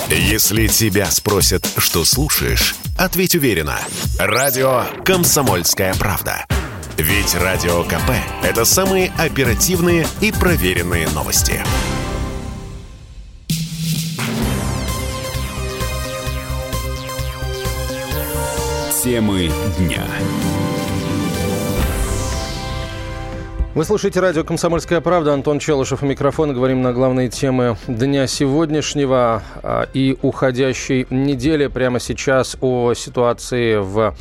Если тебя спросят, что слушаешь, ответь уверенно. Радио «Комсомольская правда». Ведь Радио КП – это самые оперативные и проверенные новости. Темы дня. Вы слушаете радио «Комсомольская правда». Антон Челышев у микрофона. Говорим на главные темы дня сегодняшнего и уходящей недели. Прямо сейчас о ситуации в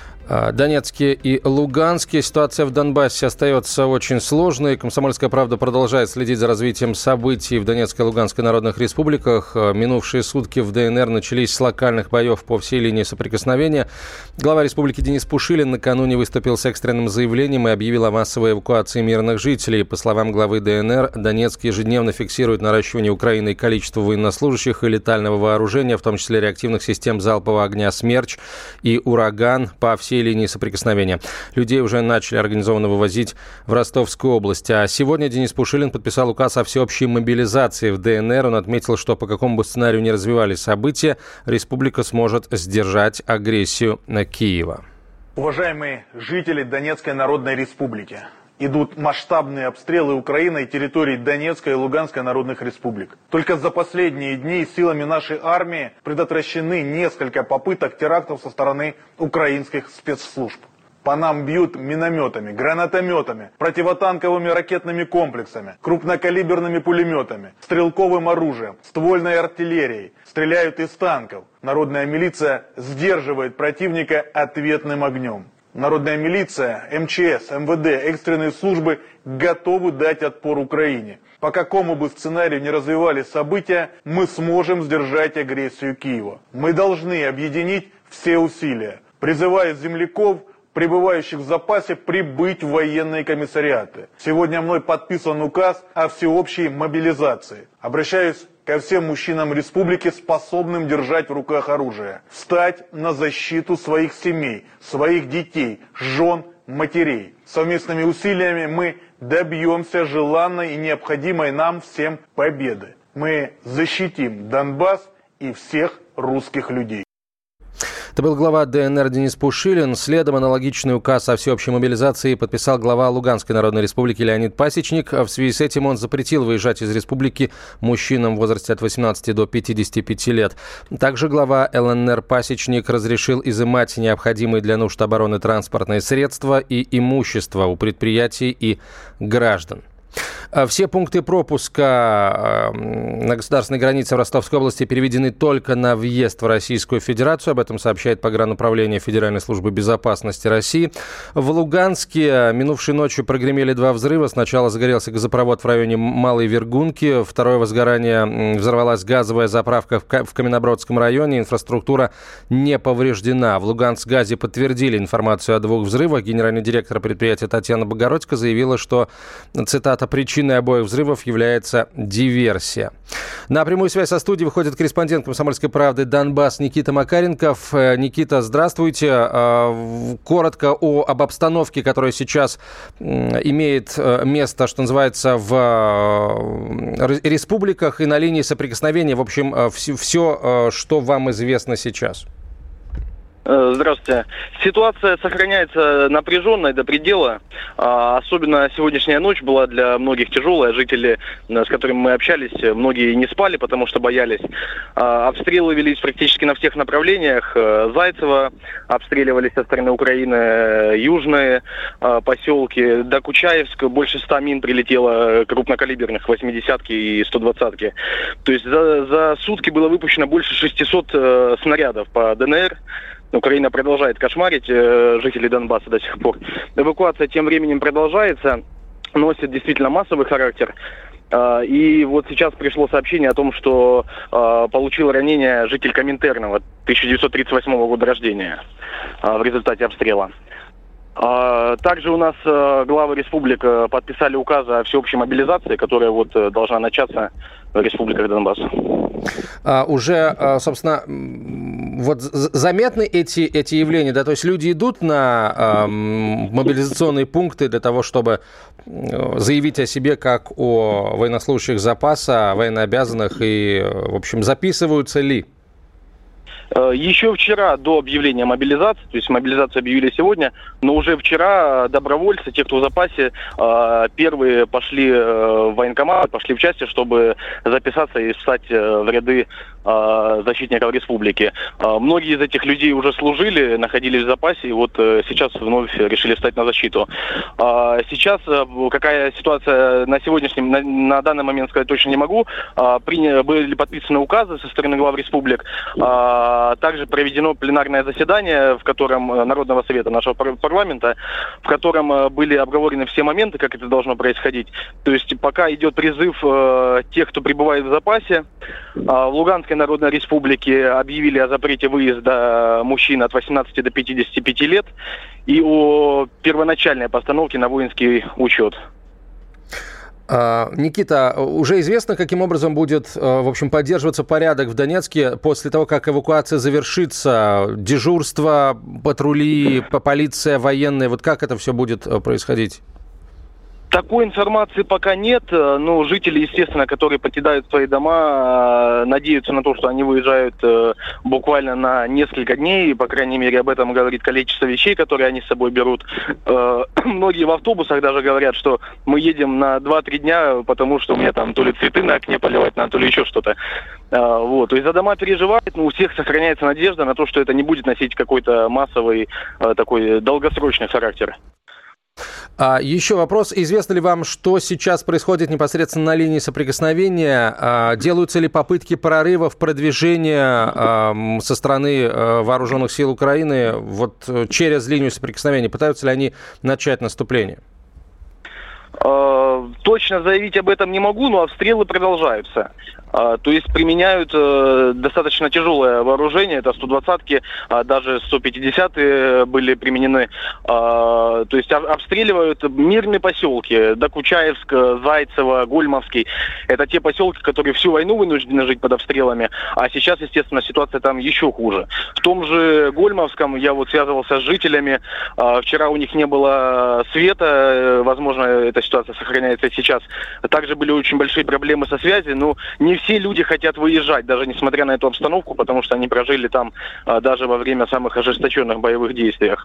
Донецке и Луганске. Ситуация в Донбассе остается очень сложной. «Комсомольская правда» продолжает следить за развитием событий в Донецкой и Луганской народных республиках. Минувшие сутки в ДНР начались с локальных боев по всей линии соприкосновения. Глава республики Денис Пушилин накануне выступил с экстренным заявлением и объявил о массовой эвакуации мирных жителей. По словам главы ДНР, Донецк ежедневно фиксирует наращивание Украины количества военнослужащих и летального вооружения, в том числе реактивных систем залпового огня «Смерч» и «Ураган» по всей линии соприкосновения. Людей уже начали организованно вывозить в Ростовскую область. А сегодня Денис Пушилин подписал указ о всеобщей мобилизации в ДНР. Он отметил, что по какому бы сценарию ни развивались события, республика сможет сдержать агрессию на Киева. Уважаемые жители Донецкой Народной Республики, идут масштабные обстрелы Украины и территорий Донецкой и Луганской народных республик. Только за последние дни силами нашей армии предотвращены несколько попыток терактов со стороны украинских спецслужб. По нам бьют минометами, гранатометами, противотанковыми ракетными комплексами, крупнокалиберными пулеметами, стрелковым оружием, ствольной артиллерией. Стреляют из танков. Народная милиция сдерживает противника ответным огнем. Народная милиция, МЧС, МВД, экстренные службы готовы дать отпор Украине. По какому бы сценарию ни развивались события, мы сможем сдержать агрессию Киева. Мы должны объединить все усилия. Призываю земляков, пребывающих в запасе, прибыть в военные комиссариаты. Сегодня мной подписан указ о всеобщей мобилизации. Обращаюсь ко всем мужчинам республики, способным держать в руках оружие. Встать на защиту своих семей, своих детей, жен, матерей. Совместными усилиями мы добьемся желанной и необходимой нам всем победы. Мы защитим Донбасс и всех русских людей. Это был глава ДНР Денис Пушилин. Следом аналогичный указ о всеобщей мобилизации подписал глава Луганской Народной Республики Леонид Пасечник. В связи с этим он запретил выезжать из республики мужчинам в возрасте от 18 до 55 лет. Также глава ЛНР Пасечник разрешил изымать необходимые для нужд обороны транспортные средства и имущество у предприятий и граждан. Все пункты пропуска на государственной границе в Ростовской области переведены только на въезд в Российскую Федерацию. Об этом сообщает погрануправление Федеральной службы безопасности России. В Луганске минувшей ночью прогремели два взрыва. Сначала загорелся газопровод в районе Малой Вергунки. Второе возгорание — взорвалась газовая заправка в Каменнобродском районе. Инфраструктура не повреждена. В Лугансгазе подтвердили информацию о двух взрывах. Генеральный директор предприятия Татьяна Богородько заявила, что, цитата, «причиной обоих взрывов является диверсия». На прямую связь со студией выходит корреспондент «Комсомольской правды» Донбасс Никита Макаренков. Никита, здравствуйте. Коротко об обстановке, которая сейчас имеет место, что называется, в республиках и на линии соприкосновения. В общем, все, что вам известно сейчас. Здравствуйте. Ситуация сохраняется напряженной до предела. Особенно сегодняшняя ночь была для многих тяжелая. Жители, с которыми мы общались, многие не спали, потому что боялись. Обстрелы велись практически на всех направлениях. Зайцево обстреливались со стороны Украины, южные поселки. До Кучаевска больше 100 мин прилетело, крупнокалиберных, 80-ки и 120-ки. То есть за сутки было выпущено больше 600 снарядов по ДНР. Украина продолжает кошмарить жителей Донбасса до сих пор. Эвакуация тем временем продолжается, носит действительно массовый характер. И вот сейчас пришло сообщение о том, что получил ранение житель Коминтерна, 1938 года рождения, в результате обстрела. Также у нас главы республик подписали указы о всеобщей мобилизации, которая вот должна начаться в республиках Донбасса. Уже, собственно, вот заметны эти явления, да, то есть люди идут на мобилизационные пункты для того, чтобы заявить о себе как о военнослужащих запаса, военнообязанных, и, в общем, записываются ли? Еще вчера, до объявления мобилизации, то есть мобилизацию объявили сегодня, но уже вчера добровольцы, те, кто в запасе, первые пошли в военкомат, пошли в части, чтобы записаться и встать в ряды защитников республики. Многие из этих людей уже служили, находились в запасе, и вот сейчас вновь решили встать на защиту. Сейчас какая ситуация на сегодняшнем, на данный момент сказать точно не могу. Были подписаны указы со стороны глав республик. Также проведено пленарное заседание, в котором Народного совета нашего парламента, в котором были обговорены все моменты, как это должно происходить. То есть пока идет призыв тех, кто пребывает в запасе. В Луганской Народной Республике объявили о запрете выезда мужчин от 18 до 55 лет и о первоначальной постановке на воинский учет. Никита, уже известно, каким образом будет, в общем, поддерживаться порядок в Донецке после того, как эвакуация завершится? Дежурство, патрули, полиция, военные, вот как это все будет происходить? Такой информации пока нет, но жители, естественно, которые покидают свои дома, надеются на то, что они выезжают буквально на несколько дней, по крайней мере, об этом говорит количество вещей, которые они с собой берут. Многие в автобусах даже говорят, что мы едем на 2-3 дня, потому что у меня там то ли цветы на окне поливать надо, то ли еще что-то. Вот. То есть за дома переживают, но у всех сохраняется надежда на то, что это не будет носить какой-то массовый, такой долгосрочный характер. Еще вопрос. Известно ли вам, что сейчас происходит непосредственно на линии соприкосновения? Делаются ли попытки прорывов, продвижения со стороны вооруженных сил Украины вот через линию соприкосновения? Пытаются ли они начать наступление? Точно заявить об этом не могу, но обстрелы продолжаются. То есть применяют достаточно тяжелое вооружение, это 120-ки, даже 150-е были применены. То есть обстреливают мирные поселки, Докучаевск, Зайцево, Гольмовский. Это те поселки, которые всю войну вынуждены жить под обстрелами, а сейчас, естественно, ситуация там еще хуже. В том же Гольмовском я вот связывался с жителями, вчера у них не было света, возможно, эта ситуация сохраняется и сейчас. Также были очень большие проблемы со связью, но не все люди хотят выезжать, даже несмотря на эту обстановку, потому что они прожили там даже во время самых ожесточенных боевых действий.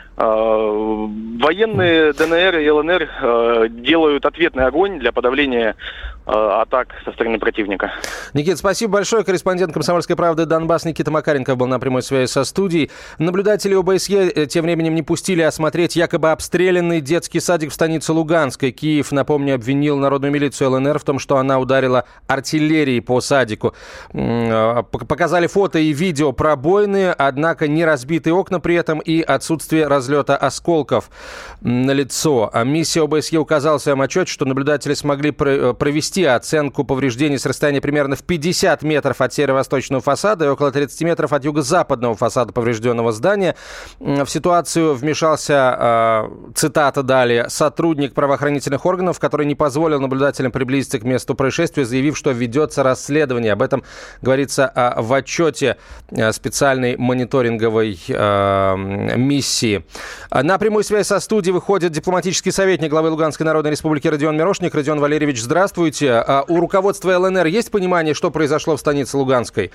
Военные ДНР и ЛНР делают ответный огонь для подавления атак со стороны противника. Никита, спасибо большое. Корреспондент «Комсомольской правды» Донбасс Никита Макаренков был на прямой связи со студией. Наблюдатели ОБСЕ тем временем не пустили осмотреть якобы обстрелянный детский садик в станице Луганской. Киев, напомню, обвинил народную милицию ЛНР в том, что она ударила артиллерией по садику. Показали фото и видео пробоины, однако не разбитые окна при этом и отсутствие разлета осколков налицо. Миссия ОБСЕ указала в своем отчете, что наблюдатели смогли провести оценку повреждений с расстояния примерно в 50 метров от северо-восточного фасада и около 30 метров от юго-западного фасада поврежденного здания. В ситуацию вмешался, цитата далее, сотрудник правоохранительных органов, который не позволил наблюдателям приблизиться к месту происшествия, заявив, что ведется расследование. Об этом говорится в отчете специальной мониторинговой миссии. На прямую связь со студией выходит дипломатический советник главы Луганской Народной Республики Родион Мирошник. Родион Валерьевич, здравствуйте. У руководства ЛНР есть понимание, что произошло в станице Луганской?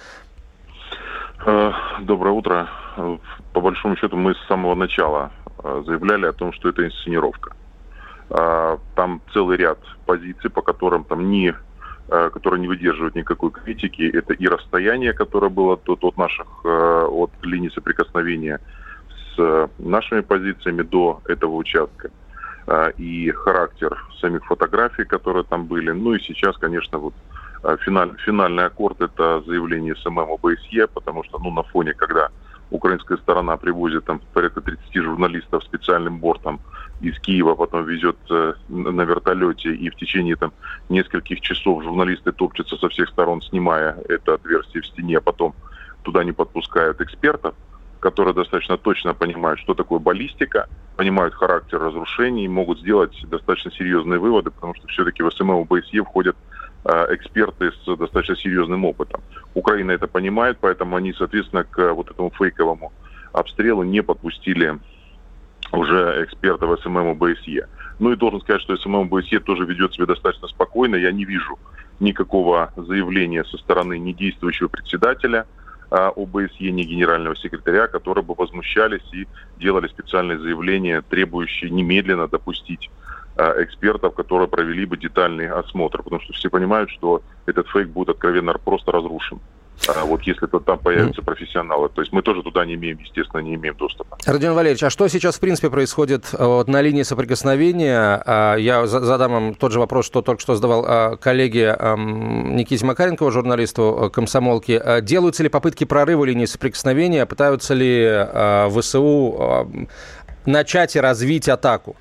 Доброе утро. По большому счету мы с самого начала заявляли о том, что это инсценировка. Там целый ряд позиций, по которым которые не выдерживают никакой критики. Это и расстояние, которое было от линии соприкосновения с нашими позициями до этого участка, и характер самих фотографий, которые там были. Ну и сейчас, конечно, финальный аккорд — это заявление СММ ОБСЕ, потому что на фоне, когда украинская сторона привозит там порядка 30 журналистов специальным бортом из Киева, потом везет на вертолете, и в течение нескольких часов журналисты топчутся со всех сторон, снимая это отверстие в стене, а потом туда не подпускают экспертов, которые достаточно точно понимают, что такое баллистика, понимают характер разрушений, могут сделать достаточно серьезные выводы, потому что все-таки в СММ ОБСЕ входят эксперты с достаточно серьезным опытом. Украина это понимает, поэтому они, соответственно, к вот этому фейковому обстрелу не подпустили уже экспертов СММ ОБСЕ. Ну и должен сказать, что СММ ОБСЕ тоже ведет себя достаточно спокойно. Я не вижу никакого заявления со стороны ни действующего председателя ОБСЕ, ни генерального секретаря, которые бы возмущались и делали специальные заявления, требующие немедленно допустить экспертов, которые провели бы детальный осмотр. Потому что все понимают, что этот фейк будет откровенно просто разрушен. Вот если там появятся профессионалы. То есть мы тоже туда не имеем, естественно, не имеем доступа. Родион Валерьевич, а что сейчас, в принципе, происходит вот на линии соприкосновения? Я задам вам тот же вопрос, что только что задавал коллеге Никите Макаренкову, журналисту «Комсомолки». Делаются ли попытки прорыва линии соприкосновения? Пытаются ли ВСУ начать и развить атаку?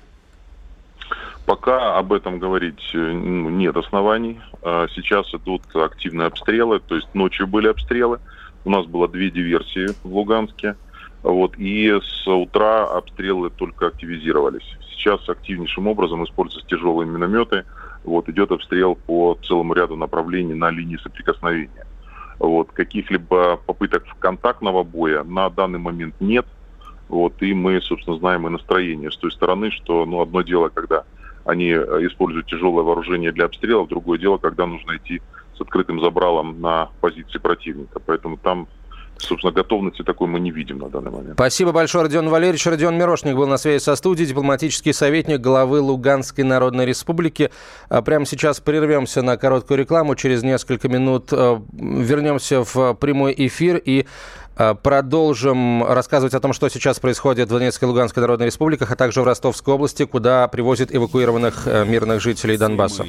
Пока об этом говорить нет оснований. Сейчас идут активные обстрелы, то есть ночью были обстрелы. У нас было 2 диверсии в Луганске. Вот, и с утра обстрелы только активизировались. Сейчас активнейшим образом используются тяжелые минометы. Вот, идет обстрел по целому ряду направлений на линии соприкосновения. Вот, каких-либо попыток контактного боя на данный момент нет. Вот, и мы, собственно, знаем и настроение с той стороны, что одно дело, когда они используют тяжелое вооружение для обстрелов. Другое дело, когда нужно идти с открытым забралом на позиции противника. Поэтому там, собственно, готовности такой мы не видим на данный момент. Спасибо большое, Родион Валерьевич. Родион Мирошник был на связи со студией, дипломатический советник главы Луганской Народной Республики. Прямо сейчас прервемся на короткую рекламу. Через несколько минут вернемся в прямой эфир и продолжим рассказывать о том, что сейчас происходит в Донецкой и Луганской Народной Республиках, а также в Ростовской области, куда привозят эвакуированных мирных жителей Донбасса.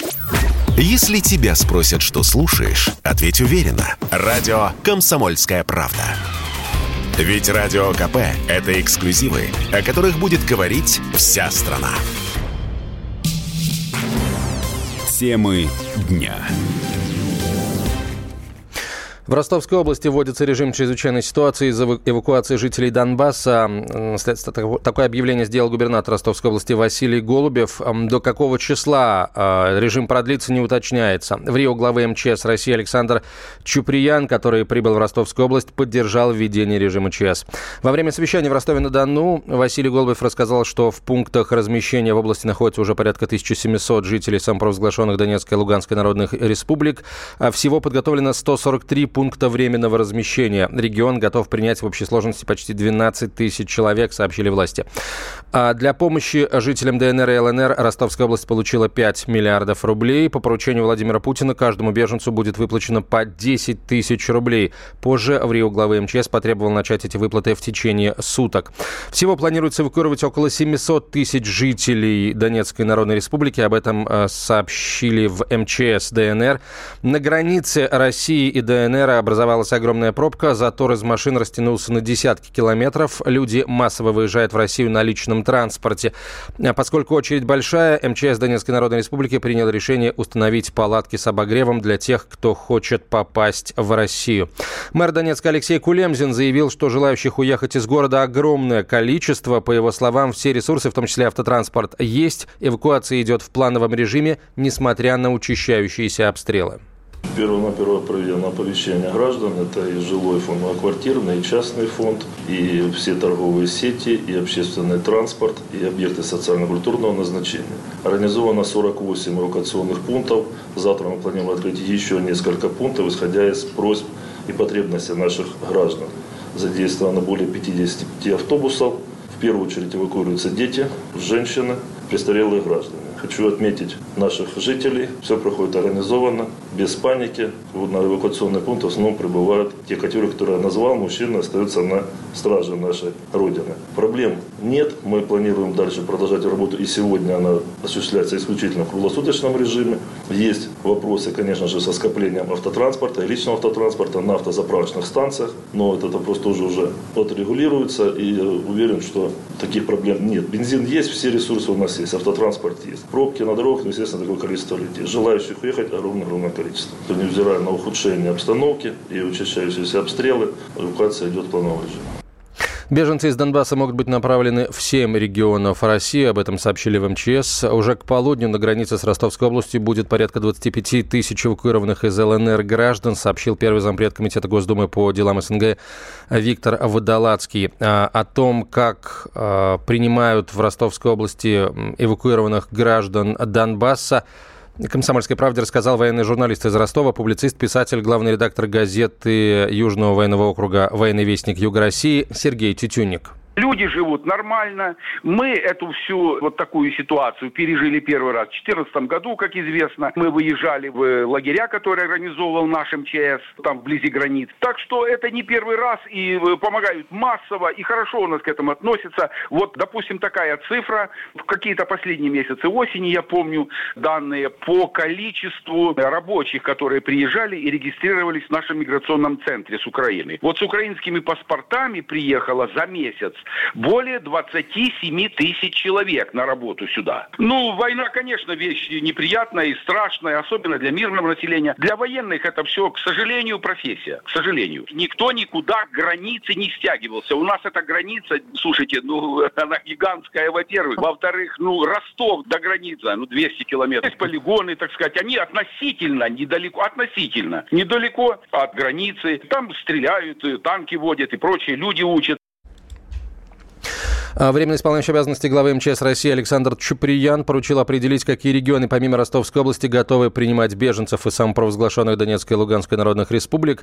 Если тебя спросят, что слушаешь, ответь уверенно. Радио «Комсомольская правда». Ведь Радио КП – это эксклюзивы, о которых будет говорить вся страна. Темы дня. В Ростовской области вводится режим чрезвычайной ситуации из-за эвакуации жителей Донбасса. Такое объявление сделал губернатор Ростовской области Василий Голубев. До какого числа режим продлится, не уточняется. В Рио главы МЧС России Александр Чуприян, который прибыл в Ростовскую область, поддержал введение режима ЧС. Во время совещания в Ростове-на-Дону Василий Голубев рассказал, что в пунктах размещения в области находится уже порядка 1700 жителей самопровозглашенных Донецкой и Луганской народных республик. Всего подготовлено 143 пункта временного размещения. Регион готов принять в общей сложности почти 12 тысяч человек, сообщили власти. Для помощи жителям ДНР и ЛНР Ростовская область получила 5 миллиардов рублей. По поручению Владимира Путина каждому беженцу будет выплачено по 10 тысяч рублей. Позже в Рио главы МЧС потребовал начать эти выплаты в течение суток. Всего планируется эвакуировать около 700 тысяч жителей Донецкой Народной Республики. Об этом сообщили в МЧС ДНР. На границе России и ДНР образовалась огромная пробка, затор из машин растянулся на десятки километров. Люди массово выезжают в Россию на личном транспорте. Поскольку очередь большая, МЧС Донецкой Народной Республики принял решение установить палатки с обогревом для тех, кто хочет попасть в Россию. Мэр Донецка Алексей Кулемзин заявил, что желающих уехать из города огромное количество. По его словам, все ресурсы, в том числе автотранспорт, есть. Эвакуация идет в плановом режиме, несмотря на учащающиеся обстрелы. Первонаперво проведено оповещение граждан. Это и жилой фонд, многоквартирный, и частный фонд, и все торговые сети, и общественный транспорт, и объекты социально-культурного назначения. Организовано 48 эвакуационных пунктов. Завтра мы планируем открыть еще несколько пунктов, исходя из просьб и потребностей наших граждан. Задействовано более 55 автобусов. В первую очередь эвакуируются дети, женщины, престарелые граждане. Хочу отметить наших жителей. Все проходит организованно, без паники. Вот на эвакуационный пункт в основном прибывают те категории, которые я назвал. Мужчины остаются на страже нашей Родины. Проблем нет. Мы планируем дальше продолжать работу. И сегодня она осуществляется исключительно в круглосуточном режиме. Есть вопросы, конечно же, со скоплением автотранспорта и личного автотранспорта на автозаправочных станциях. Но этот вопрос тоже уже отрегулируется. И я уверен, что таких проблем нет. Бензин есть, все ресурсы у нас есть, автотранспорт есть. Пробки на дорогах, естественно, такое количество людей. Желающих уехать огромное количество. То, невзирая на ухудшение обстановки и учащающиеся обстрелы, эвакуация идет в плановом режиме. Беженцы из Донбасса могут быть направлены в 7 регионов России. Об этом сообщили в МЧС. Уже к полудню на границе с Ростовской областью будет порядка 25 тысяч эвакуированных из ЛНР граждан, сообщил первый зампред Комитета Госдумы по делам СНГ Виктор Водолацкий. О том, как принимают в Ростовской области эвакуированных граждан Донбасса, «Комсомольской правде» рассказал военный журналист из Ростова, публицист, писатель, главный редактор газеты Южного военного округа «Военный вестник Юга России» Сергей Тютюнник. Люди живут нормально. Мы эту всю вот такую ситуацию пережили первый раз в 2014 году, как известно. Мы выезжали в лагеря, которые организовывал наш МЧС, там вблизи границ. Так что это не первый раз, и помогают массово, и хорошо у нас к этому относятся. Вот, допустим, такая цифра. В какие-то последние месяцы осени, я помню, данные по количеству рабочих, которые приезжали и регистрировались в нашем миграционном центре с Украины. Вот с украинскими паспортами приехало за месяц более 27 тысяч человек на работу сюда. Ну, война, конечно, вещь неприятная и страшная, особенно для мирного населения. Для военных это все, к сожалению, профессия. К сожалению. Никто никуда к границе не стягивался. У нас эта граница, слушайте, она гигантская, во-первых. Во-вторых, Ростов до границы, 200 километров. Есть полигоны, так сказать, они относительно недалеко от границы. Там стреляют, танки водят и прочие, люди учат. Временно исполняющий обязанности главы МЧС России Александр Чуприян поручил определить, какие регионы помимо Ростовской области готовы принимать беженцев из самопровозглашенных Донецкой и Луганской народных республик.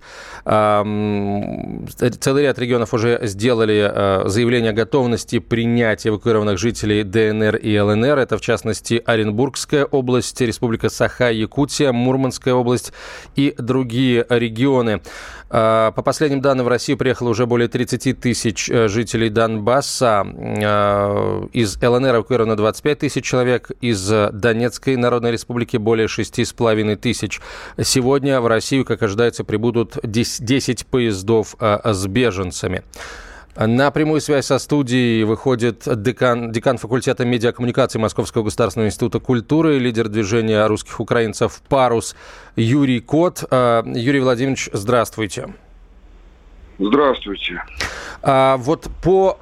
Целый ряд регионов уже сделали заявление о готовности принять эвакуированных жителей ДНР и ЛНР. Это, в частности, Оренбургская область, Республика Саха-Якутия, Мурманская область и другие регионы. По последним данным, в Россию приехало уже более 30 тысяч жителей Донбасса. Из ЛНР эвакуировано 25 тысяч человек, из Донецкой Народной Республики более 6,5 тысяч. Сегодня в Россию, как ожидается, прибудут 10 поездов с беженцами. На прямую связь со студией выходит декан факультета медиакоммуникации Московского государственного института культуры, лидер движения русских украинцев «Парус» Юрий Кот. Юрий Владимирович, здравствуйте. Здравствуйте. Вот по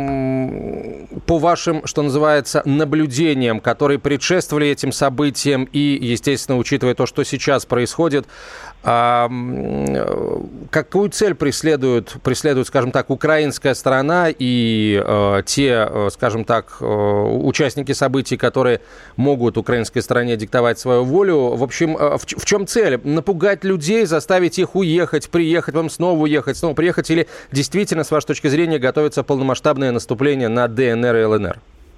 вашим, что называется, наблюдениям, которые предшествовали этим событиям и, естественно, учитывая то, что сейчас происходит, какую цель преследует, скажем так, украинская сторона и те, скажем так, участники событий, которые могут украинской стороне диктовать свою волю? В общем, в чем цель? Напугать людей, заставить их уехать, приехать, вам снова уехать, снова приехать? Или действительно, с вашей точки зрения, готовится полномасштабное наступление на ДНР и ЛНР?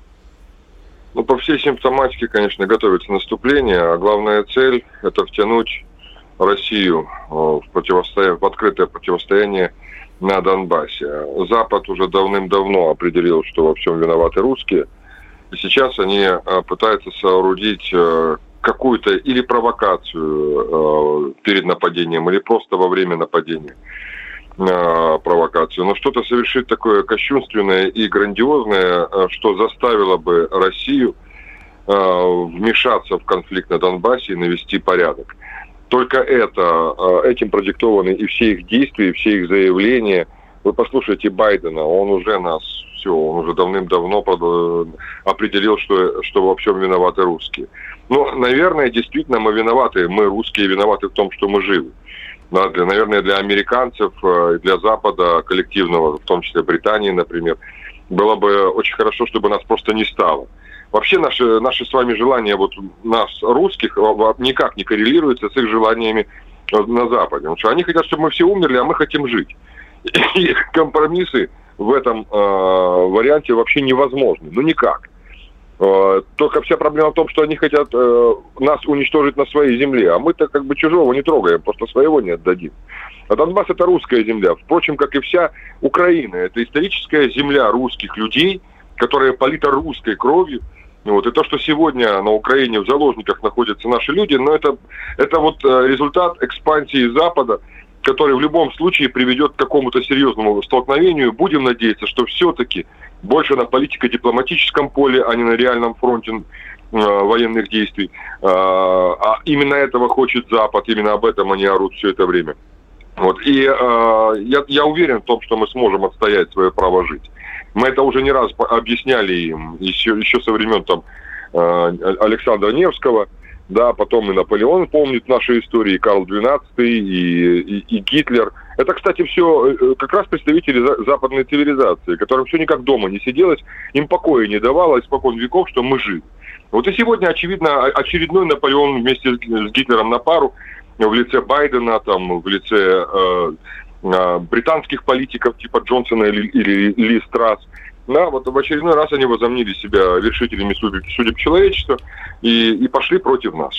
По всей симптоматике, конечно, готовится наступление, а главная цель – это втянуть Россию в открытое противостояние на Донбассе. Запад уже давным-давно определил, что во всем виноваты русские, и сейчас они пытаются соорудить какую-то или провокацию перед нападением, или просто во время нападения провокацию, но что-то совершить такое кощунственное и грандиозное, что заставило бы Россию вмешаться в конфликт на Донбассе и навести порядок. Только этим продиктованы и все их действия, и все их заявления. Вы послушайте Байдена, он уже давным-давно определил, что во всем виноваты русские. Наверное, действительно мы виноваты, мы русские виноваты в том, что мы живы. Наверное, для американцев, для Запада коллективного, в том числе Британии, например, было бы очень хорошо, чтобы нас просто не стало. Вообще наши с вами желания, нас, русских, никак не коррелируются с их желаниями на Западе. Потому что они хотят, чтобы мы все умерли, а мы хотим жить. И компромиссы в этом варианте вообще невозможны. Никак. Только вся проблема в том, что они хотят нас уничтожить на своей земле. А мы-то чужого не трогаем, просто своего не отдадим. А Донбасс – это русская земля. Впрочем, как и вся Украина. Это историческая земля русских людей, которая полита русской кровью. И то, что сегодня на Украине в заложниках находятся наши люди, это результат экспансии Запада, который в любом случае приведет к какому-то серьезному столкновению. Будем надеяться, что все-таки больше на политико-дипломатическом поле, а не на реальном фронте военных действий. А именно этого хочет Запад, именно об этом они орут все это время. Вот. И я уверен в том, что мы сможем отстоять свое право жить. Мы это уже не раз объясняли им, еще со времен там, Александра Невского, да, потом и Наполеон помнит наши истории, и Карл XII, и Гитлер. Это, кстати, все как раз представители западной цивилизации, которым все никак дома не сиделось, им покоя не давало испокон веков, что мы живы. Вот и сегодня, очевидно, очередной Наполеон вместе с Гитлером на пару, в лице Байдена, там, в лице британских политиков типа Джонсона или Ли Страс. Да, вот в очередной раз они возомнили себя вершителями судеб человечества и пошли против нас.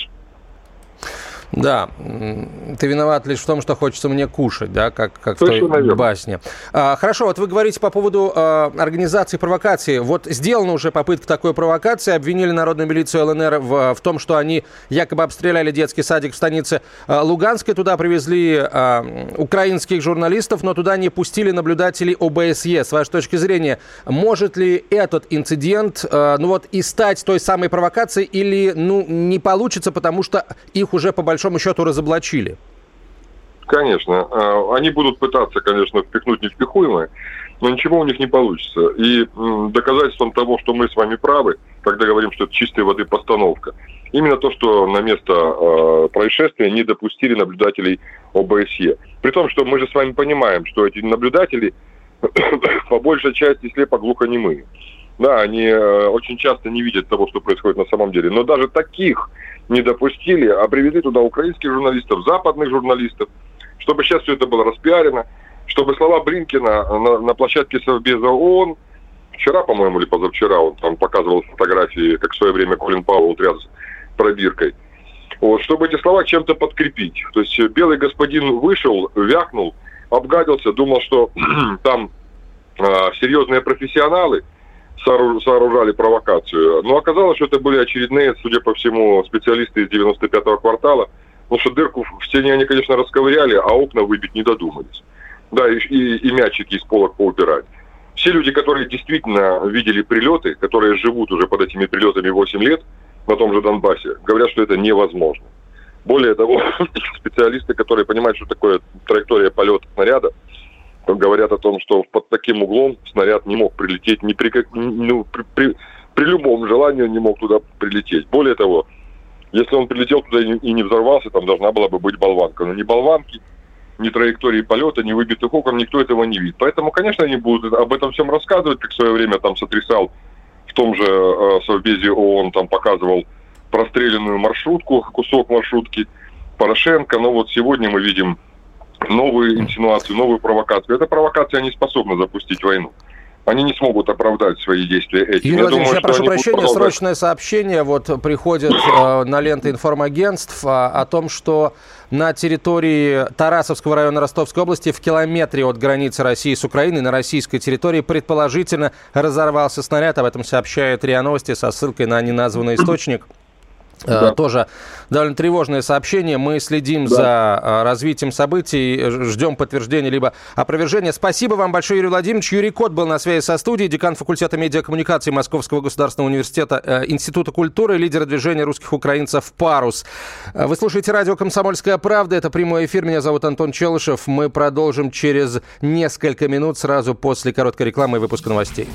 Да, ты виноват лишь в том, что хочется мне кушать, да, как в той басне. Хорошо, вот вы говорите по поводу организации провокации. Вот сделана уже попытка такой провокации. Обвинили народную милицию ЛНР в том, что они якобы обстреляли детский садик в станице Луганской. Туда привезли украинских журналистов, но туда не пустили наблюдателей ОБСЕ. С вашей точки зрения, может ли этот инцидент и стать той самой провокацией или не получится, потому что их уже по большому счету разоблачили? Конечно. Они будут пытаться, конечно, впихнуть невпихуемое, но ничего у них не получится. И доказательством того, что мы с вами правы, когда говорим, что это чистой воды постановка, именно то, что на место происшествия не допустили наблюдателей ОБСЕ. При том, что мы же с вами понимаем, что эти наблюдатели по большей части слепо-глухонемые. Да, они очень часто не видят того, что происходит на самом деле. Но даже таких не допустили, а привезли туда украинских журналистов, западных журналистов, чтобы сейчас все это было распиарено, чтобы слова Блинкена на площадке Совбеза ООН, вчера, по-моему, или позавчера, он там показывал фотографии, как в свое время Колин Пауэлл тряс пробиркой, вот, чтобы эти слова чем-то подкрепить. То есть белый господин вышел, вякнул, обгадился, думал, что там серьезные профессионалы сооружали провокацию. Но оказалось, что это были очередные, судя по всему, специалисты из 95-го квартала. Потому что дырку в стене они, конечно, расковыряли, а окна выбить не додумались. Да, и мячики из полок поубирать. Все люди, которые действительно видели прилеты, которые живут уже под этими прилетами 8 лет на том же Донбассе, говорят, что это невозможно. Более того, специалисты, которые понимают, что такое траектория полета снаряда, говорят о том, что под таким углом снаряд не мог прилететь, при любом желании он не мог туда прилететь. Более того, если он прилетел туда и не взорвался, там должна была бы быть болванка. Но ни болванки, ни траектории полета, ни выбитых окон, никто этого не видит. Поэтому, конечно, они будут об этом всем рассказывать, как в свое время там сотрясал в том же Совбезе ООН, там показывал простреленную маршрутку, кусок маршрутки Порошенко. Но вот сегодня мы видим новые инсинуации, новую провокацию. Эта провокация не способна запустить войну. Они не смогут оправдать свои действия этим. Юрий Владимирович, я прошу прощения, срочное сообщение. Вот приходит на ленты информагентств о том, что на территории Тарасовского района Ростовской области в километре от границы России с Украиной на российской территории предположительно разорвался снаряд. Об этом сообщает РИА Новости со ссылкой на неназванный источник. Да. Тоже довольно тревожное сообщение. Мы следим за развитием событий, ждем подтверждения либо опровержения. Спасибо вам большое, Юрий Владимирович. Юрий Кот был на связи со студией, декан факультета медиакоммуникации Московского государственного университета, Института культуры, лидер движения русских украинцев «Парус». Вы слушаете радио «Комсомольская правда». Это прямой эфир. Меня зовут Антон Челышев. Мы продолжим через несколько минут, сразу после короткой рекламы и выпуска новостей.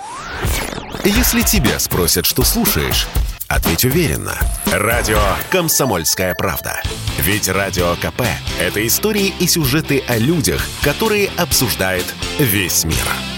Если тебя спросят, что слушаешь, ответь уверенно. Радио «Комсомольская правда». Ведь Радио КП – это истории и сюжеты о людях, которые обсуждает весь мир.